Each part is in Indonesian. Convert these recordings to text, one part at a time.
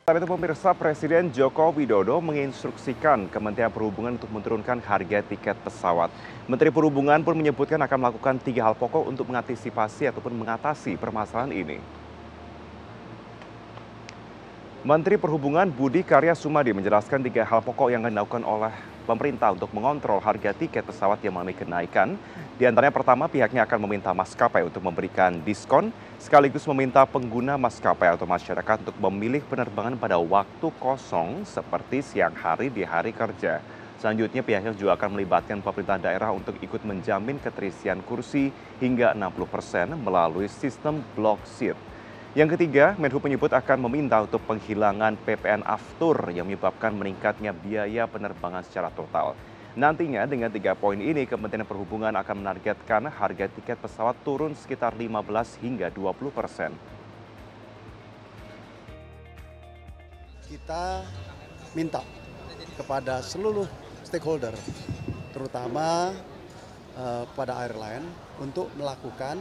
Saat itu pemirsa, Presiden Joko Widodo menginstruksikan Kementerian Perhubungan untuk menurunkan harga tiket pesawat. Menteri Perhubungan pun menyebutkan akan melakukan 3 hal pokok untuk mengantisipasi ataupun mengatasi permasalahan ini. Menteri Perhubungan Budi Karya Sumadi menjelaskan 3 hal pokok yang dilakukan oleh pemerintah untuk mengontrol harga tiket pesawat yang mengalami kenaikan. Di antaranya pertama, pihaknya akan meminta maskapai untuk memberikan diskon, sekaligus meminta pengguna maskapai atau masyarakat untuk memilih penerbangan pada waktu kosong seperti siang hari di hari kerja. Selanjutnya, pihaknya juga akan melibatkan pemerintah daerah untuk ikut menjamin keterisian kursi hingga 60% melalui sistem block seat. Yang ketiga, Menhub menyebut akan meminta untuk penghilangan PPN Aftur yang menyebabkan meningkatnya biaya penerbangan secara total. Nantinya dengan 3 poin ini, Kementerian Perhubungan akan menargetkan harga tiket pesawat turun sekitar 15 hingga 20%. Kita minta kepada seluruh stakeholder, terutama pada airline, untuk melakukan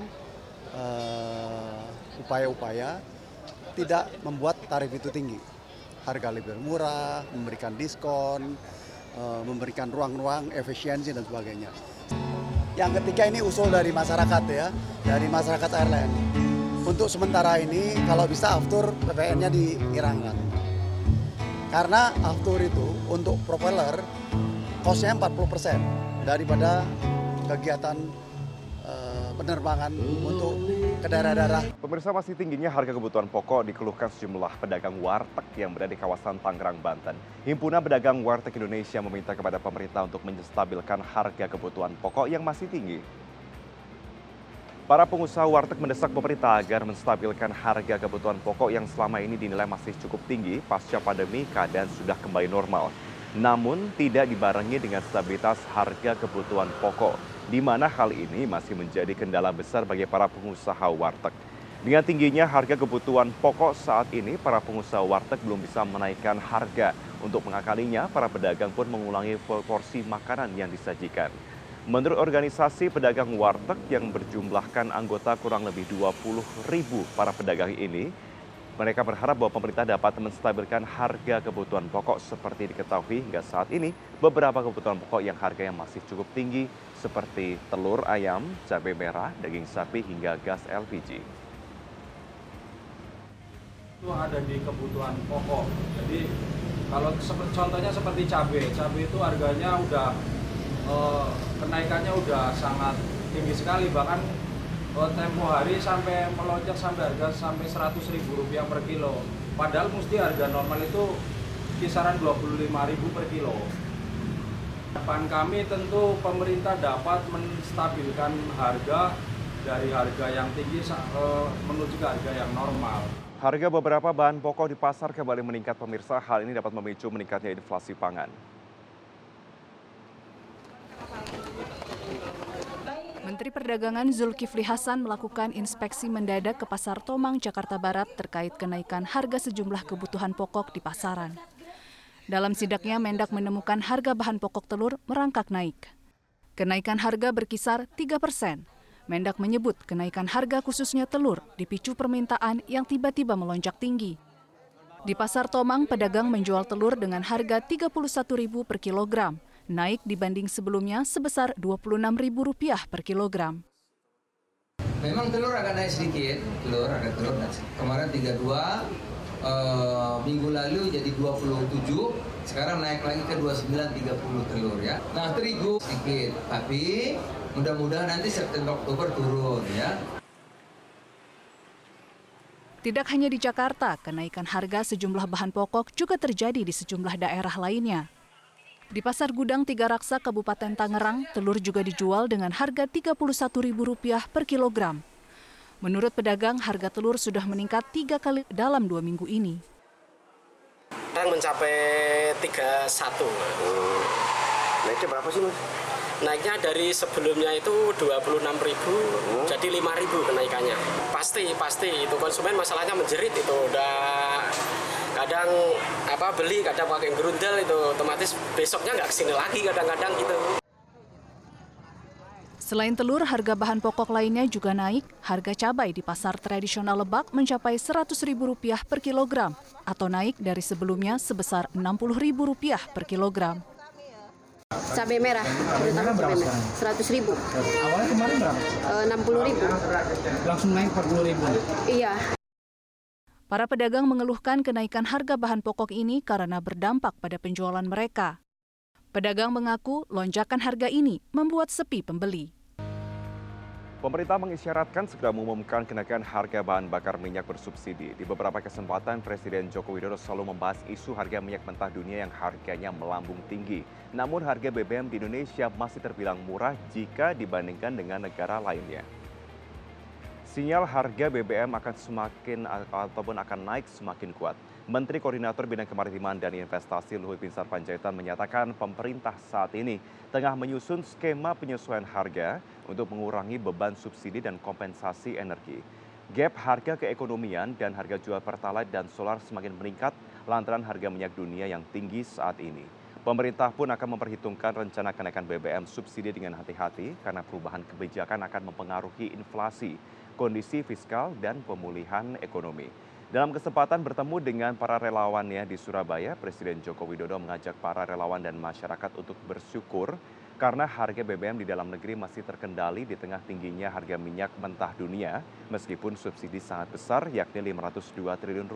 upaya-upaya tidak membuat tarif itu tinggi. Harga lebih murah, memberikan diskon, memberikan ruang-ruang efisiensi dan sebagainya. Yang ketiga ini usul dari masyarakat ya, dari masyarakat airline. Untuk sementara ini kalau bisa Aftur PPN-nya dihilangkan. Karena Aftur itu untuk propeller cost-nya 40% daripada kegiatan penerbangan untuk ke daerah-daerah. Pemirsa, masih tingginya harga kebutuhan pokok dikeluhkan sejumlah pedagang warteg yang berada di kawasan Tangerang, Banten. Himpunan Pedagang Warteg Indonesia meminta kepada pemerintah untuk menstabilkan harga kebutuhan pokok yang masih tinggi. Para pengusaha warteg mendesak pemerintah agar menstabilkan harga kebutuhan pokok yang selama ini dinilai masih cukup tinggi pasca pandemi, keadaan sudah kembali normal. Namun tidak dibarengi dengan stabilitas harga kebutuhan pokok, di mana hal ini masih menjadi kendala besar bagi para pengusaha warteg. Dengan tingginya harga kebutuhan pokok saat ini, para pengusaha warteg belum bisa menaikkan harga. Untuk mengakalinya, para pedagang pun mengulangi porsi makanan yang disajikan. Menurut organisasi pedagang warteg yang berjumlahkan anggota kurang lebih 20.000 para pedagang ini, mereka berharap bahwa pemerintah dapat menstabilkan harga kebutuhan pokok. Seperti diketahui hingga saat ini, beberapa kebutuhan pokok yang harganya masih cukup tinggi seperti telur ayam, cabai merah, daging sapi hingga gas LPG. Itu ada di kebutuhan pokok. Jadi kalau contohnya seperti cabai itu harganya udah kenaikannya udah sangat tinggi sekali, bahkan tempo hari sampai melonjak sampai harga sampai Rp100.000 per kilo. Padahal mesti harga normal itu kisaran Rp25.000 per kilo. Harapan kami tentu pemerintah dapat menstabilkan harga dari harga yang tinggi menuju ke harga yang normal. Harga beberapa bahan pokok di pasar kembali meningkat, pemirsa. Hal ini dapat memicu meningkatnya inflasi pangan. Menteri Perdagangan Zulkifli Hasan melakukan inspeksi mendadak ke Pasar Tomang, Jakarta Barat terkait kenaikan harga sejumlah kebutuhan pokok di pasaran. Dalam sidaknya, Mendak menemukan harga bahan pokok telur merangkak naik. Kenaikan harga berkisar 3%. Mendak menyebut kenaikan harga khususnya telur dipicu permintaan yang tiba-tiba melonjak tinggi. Di Pasar Tomang, pedagang menjual telur dengan harga Rp31.000 per kilogram, naik dibanding sebelumnya sebesar Rp26.000 per kilogram. Memang telur agak naik sedikit, kemarin 32, minggu lalu jadi 27, sekarang naik lagi ke 29-30 telur ya. Nah terigu sedikit, tapi mudah-mudahan nanti September Oktober turun ya. Tidak hanya di Jakarta, kenaikan harga sejumlah bahan pokok juga terjadi di sejumlah daerah lainnya. Di Pasar Gudang Tiga Raksa, Kabupaten Tangerang, telur juga dijual dengan harga Rp31.000 per kilogram. Menurut pedagang, harga telur sudah meningkat 3 kali dalam 2 minggu ini. Sekarang mencapai 31. Naiknya berapa sih, Mas? Naiknya dari sebelumnya itu 26.000, jadi 5.000 kenaikannya. Pasti itu konsumen masalahnya menjerit itu udah kadang beli, kadang pakai gerundel itu otomatis besoknya nggak kesini lagi kadang-kadang gitu. Selain telur, harga bahan pokok lainnya juga naik. Harga cabai di pasar tradisional Lebak mencapai Rp100.000 per kilogram atau naik dari sebelumnya sebesar Rp60.000 per kilogram. Cabai merah, Rp100.000. Awalnya kemarin berapa? Rp60.000. Langsung naik Rp40.000. Iya. Para pedagang mengeluhkan kenaikan harga bahan pokok ini karena berdampak pada penjualan mereka. Pedagang mengaku lonjakan harga ini membuat sepi pembeli. Pemerintah mengisyaratkan segera mengumumkan kenaikan harga bahan bakar minyak bersubsidi. Di beberapa kesempatan, Presiden Joko Widodo selalu membahas isu harga minyak mentah dunia yang harganya melambung tinggi. Namun harga BBM di Indonesia masih terbilang murah jika dibandingkan dengan negara lainnya. Sinyal harga BBM akan naik semakin kuat. Menteri Koordinator Bidang Kemaritiman dan Investasi Luhut Binsar Panjaitan menyatakan pemerintah saat ini tengah menyusun skema penyesuaian harga untuk mengurangi beban subsidi dan kompensasi energi. Gap harga keekonomian dan harga jual Pertalite dan solar semakin meningkat lantaran harga minyak dunia yang tinggi saat ini. Pemerintah pun akan memperhitungkan rencana kenaikan BBM subsidi dengan hati-hati karena perubahan kebijakan akan mempengaruhi inflasi, kondisi fiskal, dan pemulihan ekonomi. Dalam kesempatan bertemu dengan para relawannya di Surabaya, Presiden Joko Widodo mengajak para relawan dan masyarakat untuk bersyukur karena harga BBM di dalam negeri masih terkendali di tengah tingginya harga minyak mentah dunia, meskipun subsidi sangat besar yakni Rp502 triliun.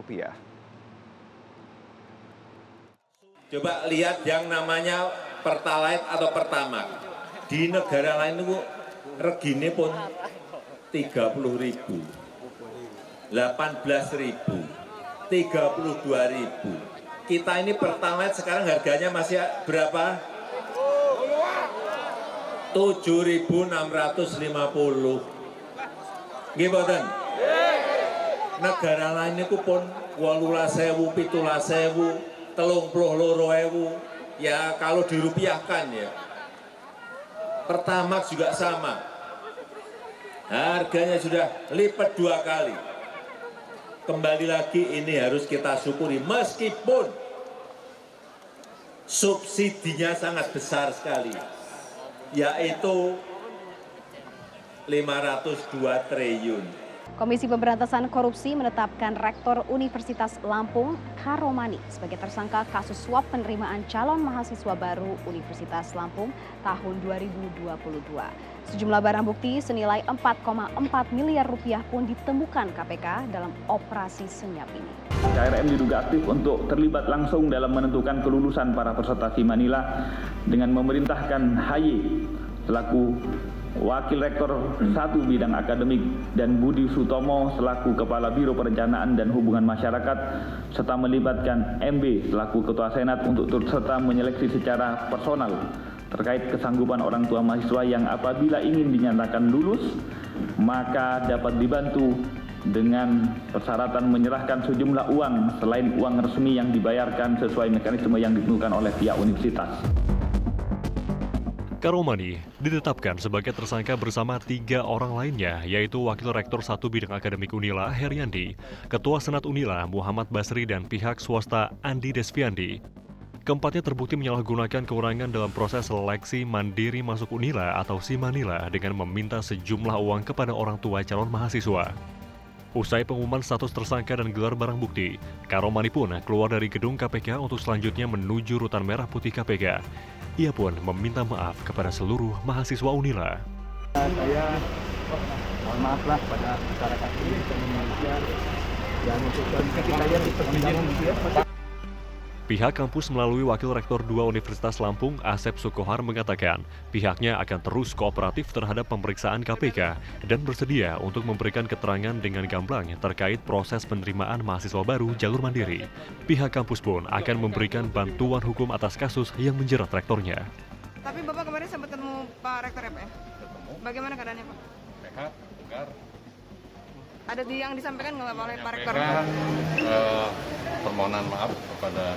Coba lihat yang namanya Pertalite atau Pertamax. Di negara lain itu regine pun 30.000, 18.000, 32.000. Kita ini Pertalite sekarang harganya masih berapa? 7.650. Nggih mboten? Negara lain itu pun 18.000, 17.000, 32.000. Ya kalau dirupiahkan ya. Pertamax juga sama. Harganya sudah lipat 2 kali. Kembali lagi ini harus kita syukuri meskipun subsidinya sangat besar sekali, yaitu 502 triliun. Komisi Pemberantasan Korupsi menetapkan Rektor Universitas Lampung, Karomani, sebagai tersangka kasus suap penerimaan calon mahasiswa baru Universitas Lampung tahun 2022. Sejumlah barang bukti senilai 4,4 miliar rupiah pun ditemukan KPK dalam operasi senyap ini. KRM diduga aktif untuk terlibat langsung dalam menentukan kelulusan para peserta Simanila dengan memerintahkan HY selaku Wakil Rektor 1 Bidang Akademik dan Budi Sutomo selaku Kepala Biro Perencanaan dan Hubungan Masyarakat serta melibatkan MB selaku Ketua Senat untuk turut serta menyeleksi secara personal terkait kesanggupan orang tua mahasiswa yang apabila ingin dinyatakan lulus maka dapat dibantu dengan persyaratan menyerahkan sejumlah uang selain uang resmi yang dibayarkan sesuai mekanisme yang ditentukan oleh pihak universitas. Karomani ditetapkan sebagai tersangka bersama 3 orang lainnya, yaitu Wakil Rektor 1 Bidang Akademik Unila, Heriandi, Ketua Senat Unila, Muhammad Basri, dan pihak swasta, Andi Desviandi. Keempatnya terbukti menyalahgunakan kewenangan dalam proses seleksi mandiri masuk Unila atau Simanila dengan meminta sejumlah uang kepada orang tua calon mahasiswa. Usai pengumuman status tersangka dan gelar barang bukti, Karomani pun keluar dari gedung KPK untuk selanjutnya menuju rutan merah putih KPK. Ia pun meminta maaf kepada seluruh mahasiswa Unila. Saya mohon maaflah pada masyarakat Indonesia dan ketika dia di persidangan. Pihak kampus melalui Wakil Rektor 2 Universitas Lampung, Asep Sukohar, mengatakan pihaknya akan terus kooperatif terhadap pemeriksaan KPK dan bersedia untuk memberikan keterangan dengan gamblang terkait proses penerimaan mahasiswa baru jalur mandiri. Pihak kampus pun akan memberikan bantuan hukum atas kasus yang menjerat rektornya. Tapi Bapak kemarin sempat ketemu Pak Rektor ya Pak? Bagaimana keadaannya Pak? Sehat, tegar. Ada yang disampaikan nggak oleh Pak Rektor? Permohonan maaf kepada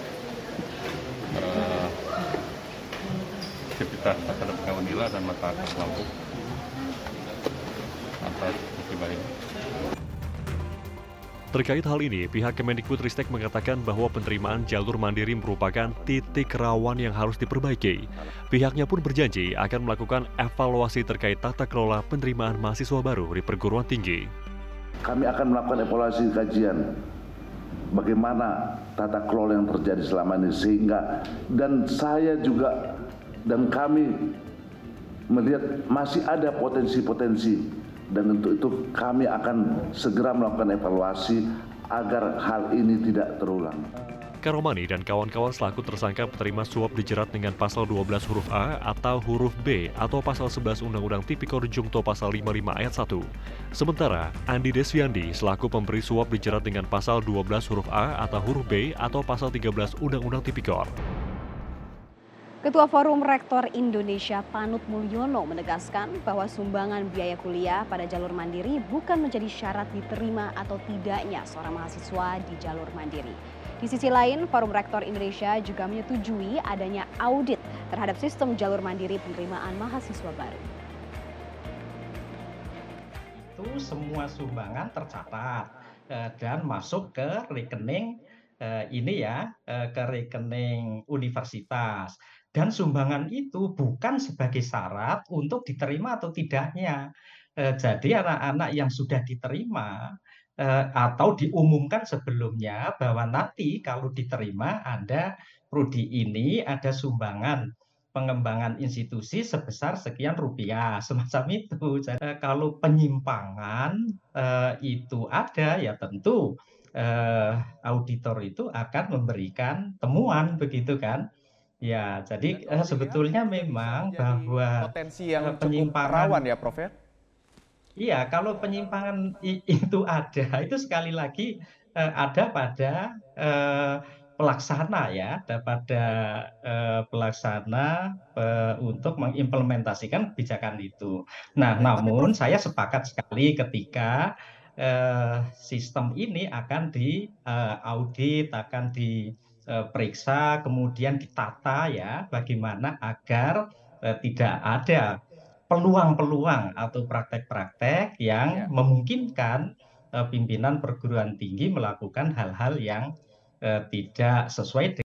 Sivitas Akademika Unila dan masyarakat Lampung atas musibah ini. Terkait hal ini, pihak Kemendikbudristek mengatakan bahwa penerimaan jalur mandiri merupakan titik rawan yang harus diperbaiki. Pihaknya pun berjanji akan melakukan evaluasi terkait tata kelola penerimaan mahasiswa baru di perguruan tinggi. Kami akan melakukan evaluasi kajian bagaimana tata kelola yang terjadi selama ini, sehingga dan saya juga dan kami melihat masih ada potensi-potensi. Dan untuk itu kami akan segera melakukan evaluasi agar hal ini tidak terulang. Karomani dan kawan-kawan selaku tersangka penerima suap dijerat dengan pasal 12 huruf A atau huruf B atau pasal 11 Undang-Undang Tipikor Jungto pasal 55 ayat 1. Sementara Andi Desviandi selaku pemberi suap dijerat dengan pasal 12 huruf A atau huruf B atau pasal 13 Undang-Undang Tipikor. Ketua Forum Rektor Indonesia Panut Mulyono menegaskan bahwa sumbangan biaya kuliah pada jalur mandiri bukan menjadi syarat diterima atau tidaknya seorang mahasiswa di jalur mandiri. Di sisi lain, Forum Rektor Indonesia juga menyetujui adanya audit terhadap sistem jalur mandiri penerimaan mahasiswa baru. Itu semua sumbangan tercatat dan masuk ke rekening ke rekening universitas. Dan sumbangan itu bukan sebagai syarat untuk diterima atau tidaknya. Jadi anak-anak yang sudah diterima atau diumumkan sebelumnya bahwa nanti kalau diterima ada prodi ini, ada sumbangan pengembangan institusi sebesar sekian rupiah, semacam itu. Jadi, kalau penyimpangan itu ada, ya tentu auditor itu akan memberikan temuan, begitu kan? Ya, jadi sebetulnya memang bahwa potensi yang penyimpangan rawan ya, Prof ya? Iya, kalau penyimpangan itu ada, itu sekali lagi ada pada pelaksana ya, ada pada pelaksana untuk mengimplementasikan kebijakan itu. Nah, namun saya sepakat sekali ketika sistem ini akan diaudit, akan diperiksa, kemudian ditata ya, bagaimana agar tidak ada peluang-peluang atau praktek-praktek yang memungkinkan pimpinan perguruan tinggi melakukan hal-hal yang tidak sesuai